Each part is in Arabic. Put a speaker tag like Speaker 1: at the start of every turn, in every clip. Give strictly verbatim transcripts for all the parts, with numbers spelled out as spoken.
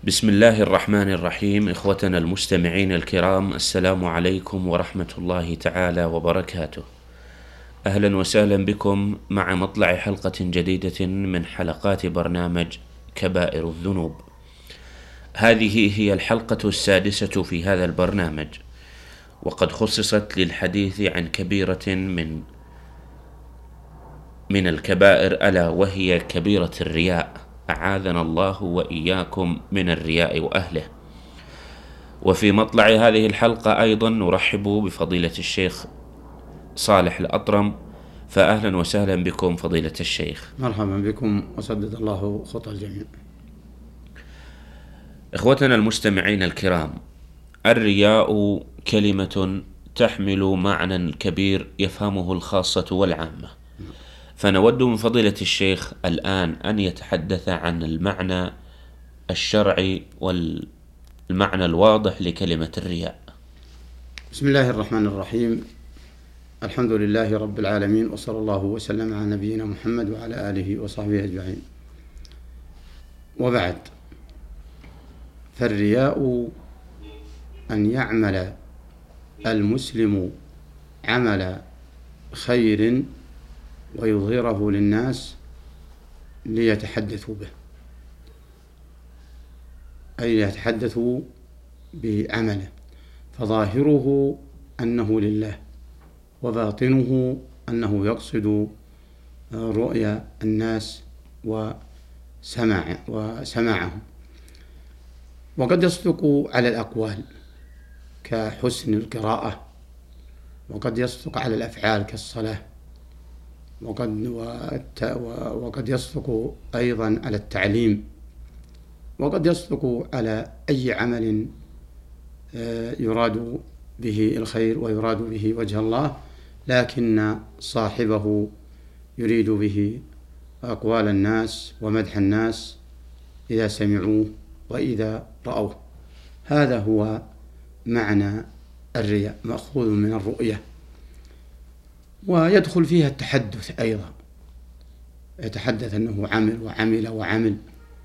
Speaker 1: بسم الله الرحمن الرحيم. إخوتنا المستمعين الكرام، السلام عليكم ورحمة الله تعالى وبركاته. أهلا وسهلا بكم مع مطلع حلقة جديدة من حلقات برنامج كبائر الذنوب. هذه هي الحلقة السادسة في هذا البرنامج، وقد خصصت للحديث عن كبيرة من من الكبائر، ألا وهي كبيرة الرياء. أعاذنا الله وإياكم من الرياء وأهله. وفي مطلع هذه الحلقة أيضا نرحب بفضيلة الشيخ صالح الأطرم، فأهلا وسهلا بكم فضيلة الشيخ.
Speaker 2: مرحبا بكم وسدد الله خطى الجميع.
Speaker 1: إخوتنا المستمعين الكرام، الرياء كلمة تحمل معنى كبير يفهمه الخاصة والعامة، فنود من فضيلة الشيخ الآن أن يتحدث عن المعنى الشرعي والمعنى الواضح لكلمة الرياء.
Speaker 2: بسم الله الرحمن الرحيم. الحمد لله رب العالمين، وصلى الله وسلم على نبينا محمد وعلى آله وصحبه أجمعين. وبعد، فالرياء أن يعمل المسلم عمل خير ويظهره للناس ليتحدثوا به، أي يتحدثوا بعمله، فظاهره أنه لله وباطنه أنه يقصد رؤيا الناس وسماع وسماعهم. وقد يصدق على الأقوال كحسن القراءة، وقد يصدق على الأفعال كالصلاة، وقد, وقد يصدق أيضا على التعليم، وقد يصدق على أي عمل يراد به الخير ويراد به وجه الله، لكن صاحبه يريد به أقوال الناس ومدح الناس إذا سمعوه وإذا رأوه. هذا هو معنى الرياء، مأخوذ من الرؤية. ويدخل فيها التحدث أيضا، يتحدث أنه عمل وعمل وعمل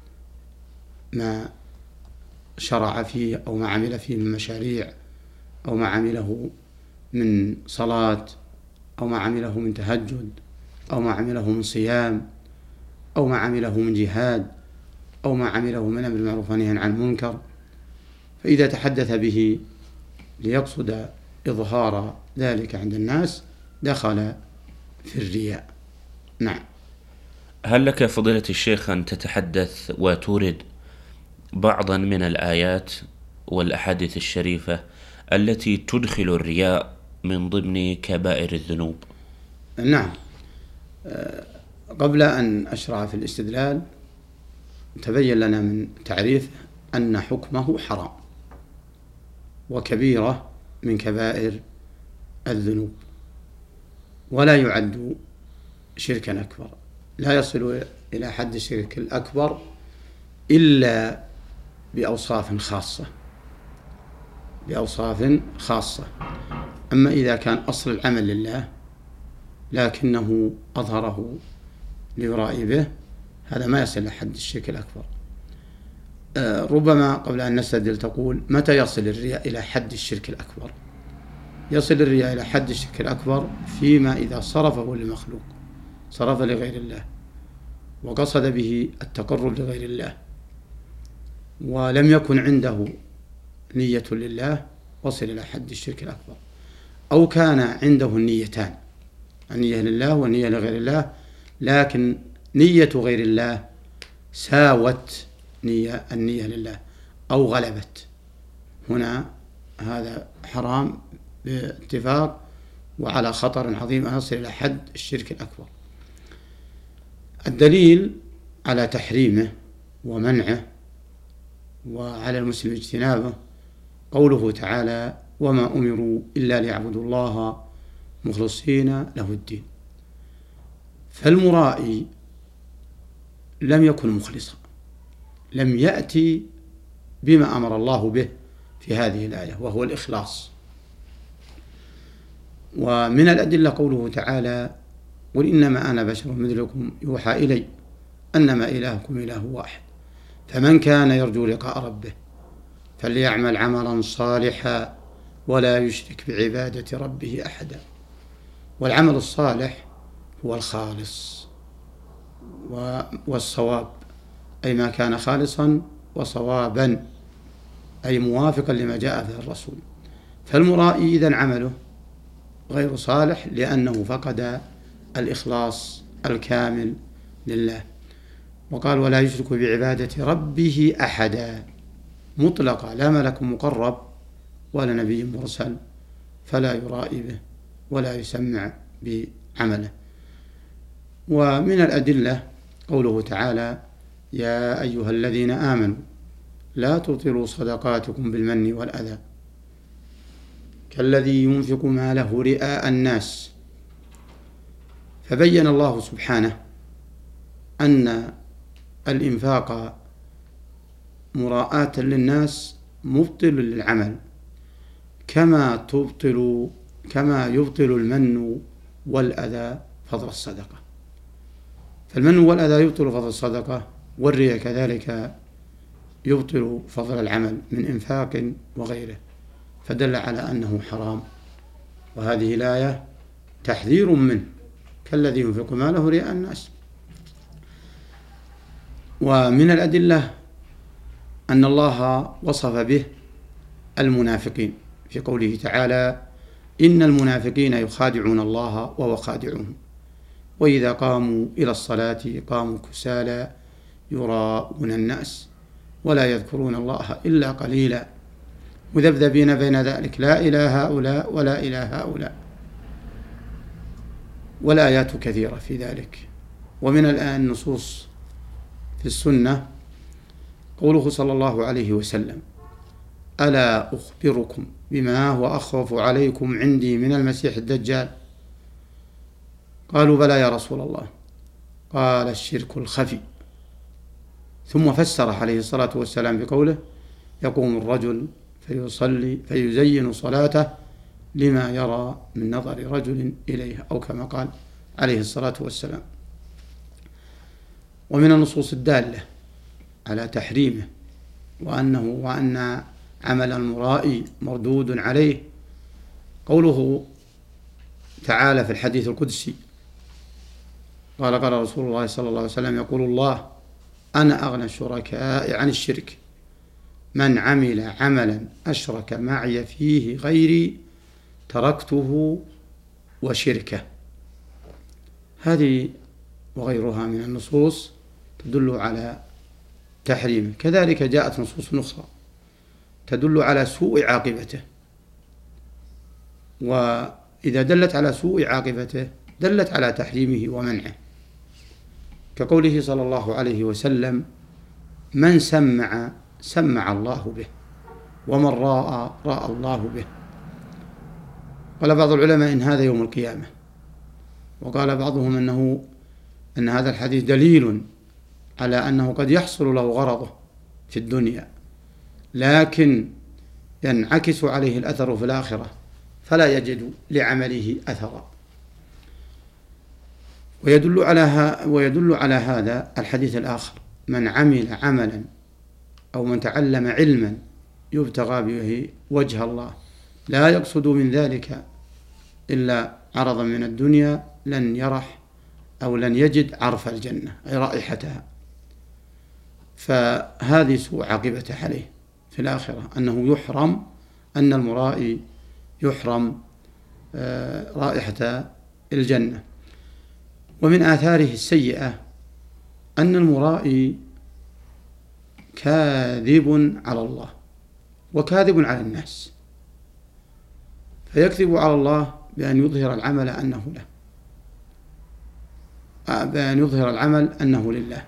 Speaker 2: ما شرع فيه أو ما عمل فيه من مشاريع، أو ما عمله من صلاة، أو ما عمله من تهجد، أو ما عمله من صيام، أو ما عمله من جهاد، أو ما عمله من أمر بالمعروف ونهي عن المنكر. فإذا تحدث به ليقصد إظهار ذلك عند الناس دخل في الرياء. نعم.
Speaker 1: هل لك فضيلة الشيخ أن تتحدث وتورد بعضا من الآيات والأحاديث الشريفة التي تدخل الرياء من ضمن كبائر الذنوب؟
Speaker 2: نعم. قبل أن أشرع في الاستدلال، تبين لنا من تعريفه أن حكمه حرام وكبيرة من كبائر الذنوب، ولا يعد شركا أكبر، لا يصل إلى حد الشرك الأكبر إلا بأوصاف خاصة بأوصاف خاصة. أما إذا كان أصل العمل لله لكنه أظهره ليرائي به، هذا ما يصل إلى حد الشرك الأكبر. آه ربما قبل أن نستدل تقول: متى يصل الرياء إلى حد الشرك الأكبر؟ يصل الرياء إلى حد الشرك الأكبر فيما إذا صرفه للمخلوق، صرف لغير الله وقصد به التقرب لغير الله، ولم يكن عنده نية لله، وصل إلى حد الشرك الأكبر. أو كان عنده النيتان، النية لله والنية لغير الله، لكن نية غير الله ساوت نية النية لله أو غلبت، هنا هذا حرام باتفاق وعلى خطر عظيم أن يصل إلى حد الشرك الأكبر. الدليل على تحريمه ومنعه وعلى المسلم اجتنابه قوله تعالى: وما أمروا إلا ليعبدوا الله مخلصين له الدين. فالمرائي لم يكن مخلصا، لم يأتي بما أمر الله به في هذه الآية، وهو الإخلاص. ومن الأدلة قوله تعالى: قل إنما أنا بشر مثلكم يوحى إلي أنما إلهكم إله واحد. فمن كان يرجو لقاء ربه فليعمل عملا صالحا ولا يشرك بعبادة ربه أحدا. والعمل الصالح هو الخالص والصواب، أي ما كان خالصا وصوابا، أي موافقا لما جاء به الرسول. فالمرائي إذن عمله غير صالح لأنه فقد الإخلاص الكامل لله. وقال ولا يشرك بعبادة ربه أحدا مطلقا، لا ملك مقرب ولا نبي مرسل، فلا يرائي به ولا يسمع بعمله. ومن الأدلة قوله تعالى يا أيها الذين آمنوا لا تبطلوا صدقاتكم بالمن والأذى كالذي ينفق ماله رئاء الناس. فبين الله سبحانه أن الإنفاق مراءة للناس مبطل للعمل، كما تبطل كما يبطل المن والأذى فضل الصدقة. فالمن والأذى يبطل فضل الصدقة، والرياء كذلك يبطل فضل العمل من إنفاق وغيره، فدل على أنه حرام. وهذه الآية تحذير منه كالذي ينفق ماله رئاء الناس. ومن الأدلة أن الله وصف به المنافقين في قوله تعالى إن المنافقين يخادعون الله وهو خادعهم وإذا قاموا إلى الصلاة قاموا كسالى يراءون الناس ولا يذكرون الله إلا قليلا مذبذبين بين ذلك لا إلى هؤلاء ولا إلى هؤلاء. والآيات كثيرة في ذلك. ومن الآن نصوص في السنة قوله صلى الله عليه وسلم ألا أخبركم بما هو أخوف عليكم عندي من المسيح الدجال؟ قالوا بلى يا رسول الله. قال الشرك الخفي. ثم فسر عليه الصلاة والسلام بقوله يقوم الرجل فيصلي فيزين صلاته لما يرى من نظر رجل إليها، أو كما قال عليه الصلاة والسلام. ومن النصوص الدالة على تحريمه وأنه وأن عمل المرائي مردود عليه قوله تعالى في الحديث القدسي قال قال رسول الله صلى الله عليه وسلم يقول الله أنا أغنى الشركاء عن الشرك من عمل عملا أشرك معي فيه غيري تركته وشركه. هذه وغيرها من النصوص تدل على تحريمه. كذلك جاءت نصوص أخرى تدل على سوء عاقبته، وإذا دلت على سوء عاقبته دلت على تحريمه ومنعه، كقوله صلى الله عليه وسلم من سمع سمع الله به ومن راى راى الله به. قال بعض العلماء إن هذا يوم القيامة، وقال بعضهم أنه أن هذا الحديث دليل على أنه قد يحصل له غرضه في الدنيا لكن ينعكس عليه الأثر في الآخرة فلا يجد لعمله أثرا. ويدل على ها ويدل على هذا الحديث الآخر من عمل عملا أو من تعلم علما يبتغى به وجه الله لا يقصد من ذلك إلا عرضا من الدنيا لن يرح أو لن يجد عرف الجنة أي رائحتها. فهذه سوء عاقبته عليه في الآخرة أنه يحرم أن المرائي يحرم رائحة الجنة. ومن آثاره السيئة أن المرائي كاذب على الله وكاذب على الناس، فيكذب على الله بأن يظهر العمل أنه له بأن يظهر العمل أنه لله،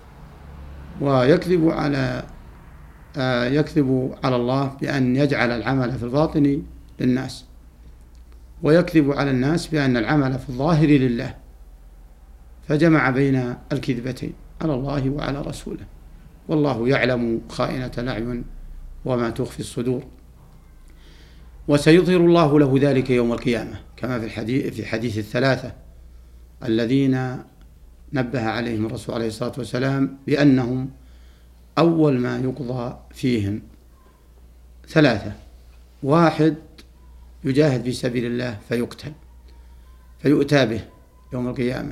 Speaker 2: ويكذب على يكذب على الله بأن يجعل العمل في الباطن للناس، ويكذب على الناس بأن العمل في الظاهر لله، فجمع بين الكذبتين على الله وعلى رسوله، والله يعلم خائنة الأعين وما تخفي الصدور. وسيظهر الله له ذلك يوم القيامة كما في الحديث في حديث الثلاثة الذين نبه عليهم الرسول عليه الصلاة والسلام بأنهم أول ما يقضى فيهم ثلاثة: واحد يجاهد في سبيل الله فيقتل، فيؤتى به يوم القيامة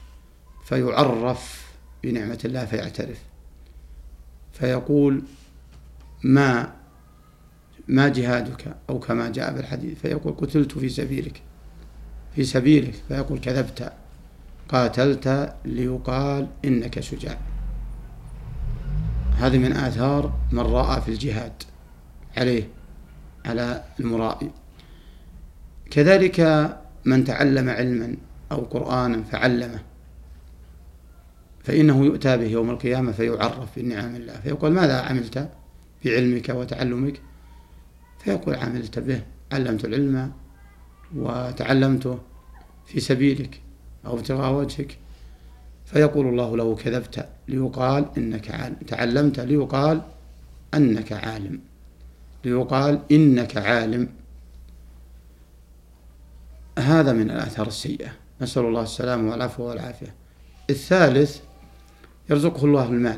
Speaker 2: فيعرف بنعمة الله فيعترف، فيقول ما ما جهادك، أو كما جاء بالحديث فيقول قتلت في سبيلك في سبيلك فيقول كذبت، قاتلت ليقال إنك شجاع. هذه من آثار من رأى في الجهاد عليه على المرائي. كذلك من تعلم علما أو قرآنا فعلمه، فإنه يؤتى به يوم القيامة فيعرف بنعم الله، فيقول ماذا عملت بعلمك وتعلمك؟ فيقول عملت به، علمت العلم وتعلمته في سبيلك أو ابتغاء وجهك. فيقول الله له كذبت ليقال إنك عالم، تعلمت ليقال أنك عالم، ليقال إنك عالم. هذا من الآثار السيئة، نسأل الله السلامة والعفو والعافية. الثالث: يرزقه الله المال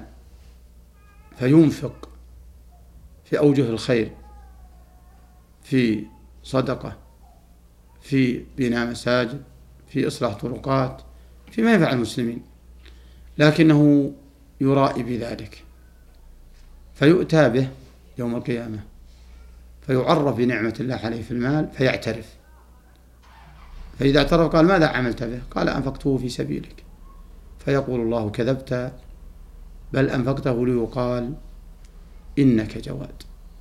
Speaker 2: فينفق في أوجه الخير، في صدقة، في بناء مساجد، في إصلاح طرقات، فيما ينفع المسلمين، لكنه يرائي بذلك، فيؤتى به يوم القيامة فيعرف بنعمة الله عليه في المال فيعترف، فإذا اعترف قال ماذا عملت به؟ قال أنفقته في سبيلك، فيقول الله كذبت، بل أنفقته ليقال إنك جواد.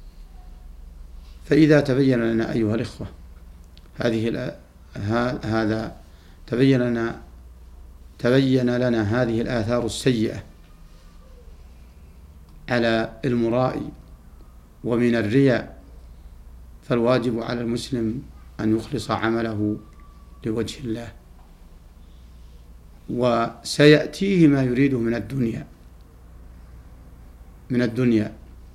Speaker 2: فإذا تبين لنا أيها الإخوة هذه هذا تبين لنا تبين لنا هذه الآثار السيئة على المرائي ومن الرياء، فالواجب على المسلم أن يخلص عمله لوجه الله، وسيأتيه ما يريده من الدنيا من الدنيا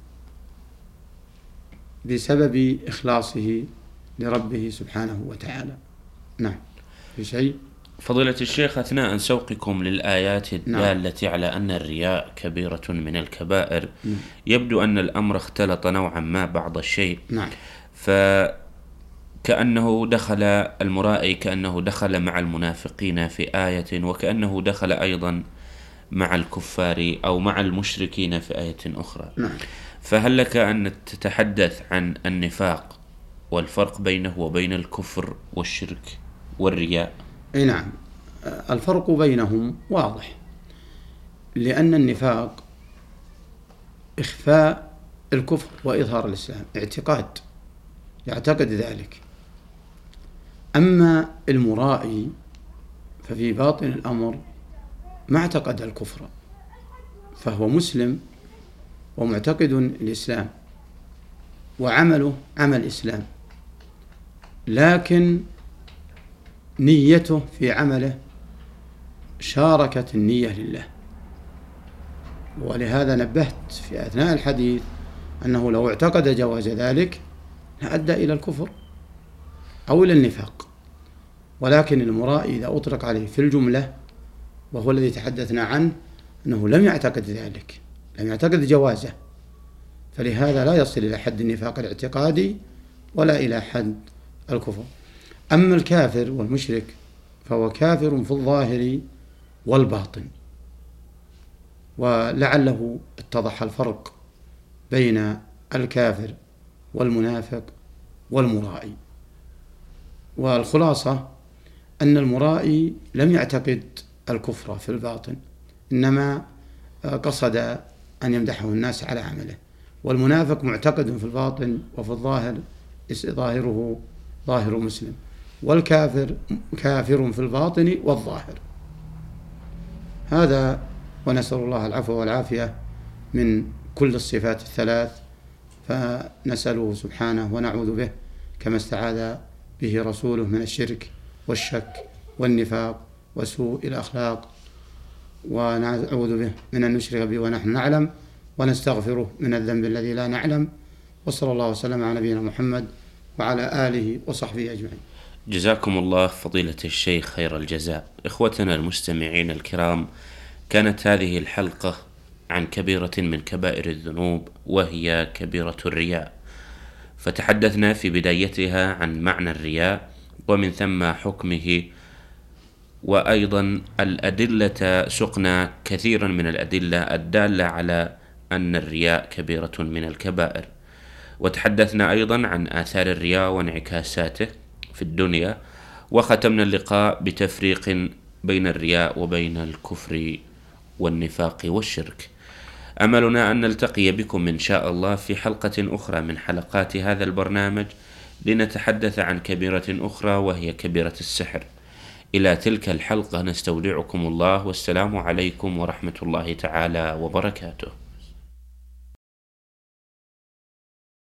Speaker 2: بسبب إخلاصه لربه سبحانه وتعالى. نعم. في شيء؟
Speaker 1: فضيلة الشيخ، أثناء سوقكم للآيات الدالة نعم. على أن الرياء كبيرة من الكبائر، نعم. يبدو أن الأمر اختلط نوعا ما بعض الشيء،
Speaker 2: نعم.
Speaker 1: فكأنه دخل المرائي كأنه دخل مع المنافقين في آية، وكأنه دخل أيضا مع الكفار أو مع المشركين في آية أخرى،
Speaker 2: نعم.
Speaker 1: فهل لك أن تتحدث عن النفاق والفرق بينه وبين الكفر والشرك والرياء؟
Speaker 2: أي نعم، الفرق بينهم واضح، لأن النفاق إخفاء الكفر وإظهار الإسلام، اعتقاد يعتقد ذلك. أما المرائي ففي باطن الأمر ما اعتقد الكفر، فهو مسلم ومعتقد الإسلام وعمله عمل إسلام، لكن نيته في عمله شاركت النية لله. ولهذا نبهت في أثناء الحديث أنه لو اعتقد جواز ذلك لأدى إلى الكفر أو إلى النفاق، ولكن المرائي إذا أطلق عليه في الجملة، وهو الذي تحدثنا عنه، أنه لم يعتقد ذلك، لم يعتقد جوازه، فلهذا لا يصل إلى حد النفاق الاعتقادي ولا إلى حد الكفر. أما الكافر والمشرك فهو كافر في الظاهر والباطن، ولعله اتضح الفرق بين الكافر والمنافق والمرائي. والخلاصة أن المرائي لم يعتقد الكفر في الباطن، إنما قصد أن يمدحه الناس على عمله، والمنافق معتقد في الباطن وفي الظاهر ظاهره ظاهر مسلم، والكافر كافر في الباطن والظاهر. هذا، ونسأل الله العفو والعافية من كل الصفات الثلاث، فنسأله سبحانه ونعوذ به كما استعاذ به رسوله من الشرك والشك والنفاق وسوء الأخلاق، ونعوذ به من أن نشرك به ونحن نعلم، ونستغفره من الذنب الذي لا نعلم. وصلى الله وسلم على نبينا محمد وعلى آله وصحبه أجمعين.
Speaker 1: جزاكم الله فضيلة الشيخ خير الجزاء. إخوتنا المستمعين الكرام، كانت هذه الحلقة عن كبيرة من كبائر الذنوب وهي كبيرة الرياء. فتحدثنا في بدايتها عن معنى الرياء ومن ثم حكمه، وأيضا الأدلة، سقنا كثيرا من الأدلة الدالة على أن الرياء كبيرة من الكبائر. وتحدثنا أيضا عن آثار الرياء وانعكاساته في الدنيا، وختمنا اللقاء بتفريق بين الرياء وبين الكفر والنفاق والشرك. أملنا أن نلتقي بكم إن شاء الله في حلقة أخرى من حلقات هذا البرنامج لنتحدث عن كبيرة أخرى وهي كبيرة السحر. إلى تلك الحلقة نستودعكم الله، والسلام عليكم ورحمة الله تعالى وبركاته.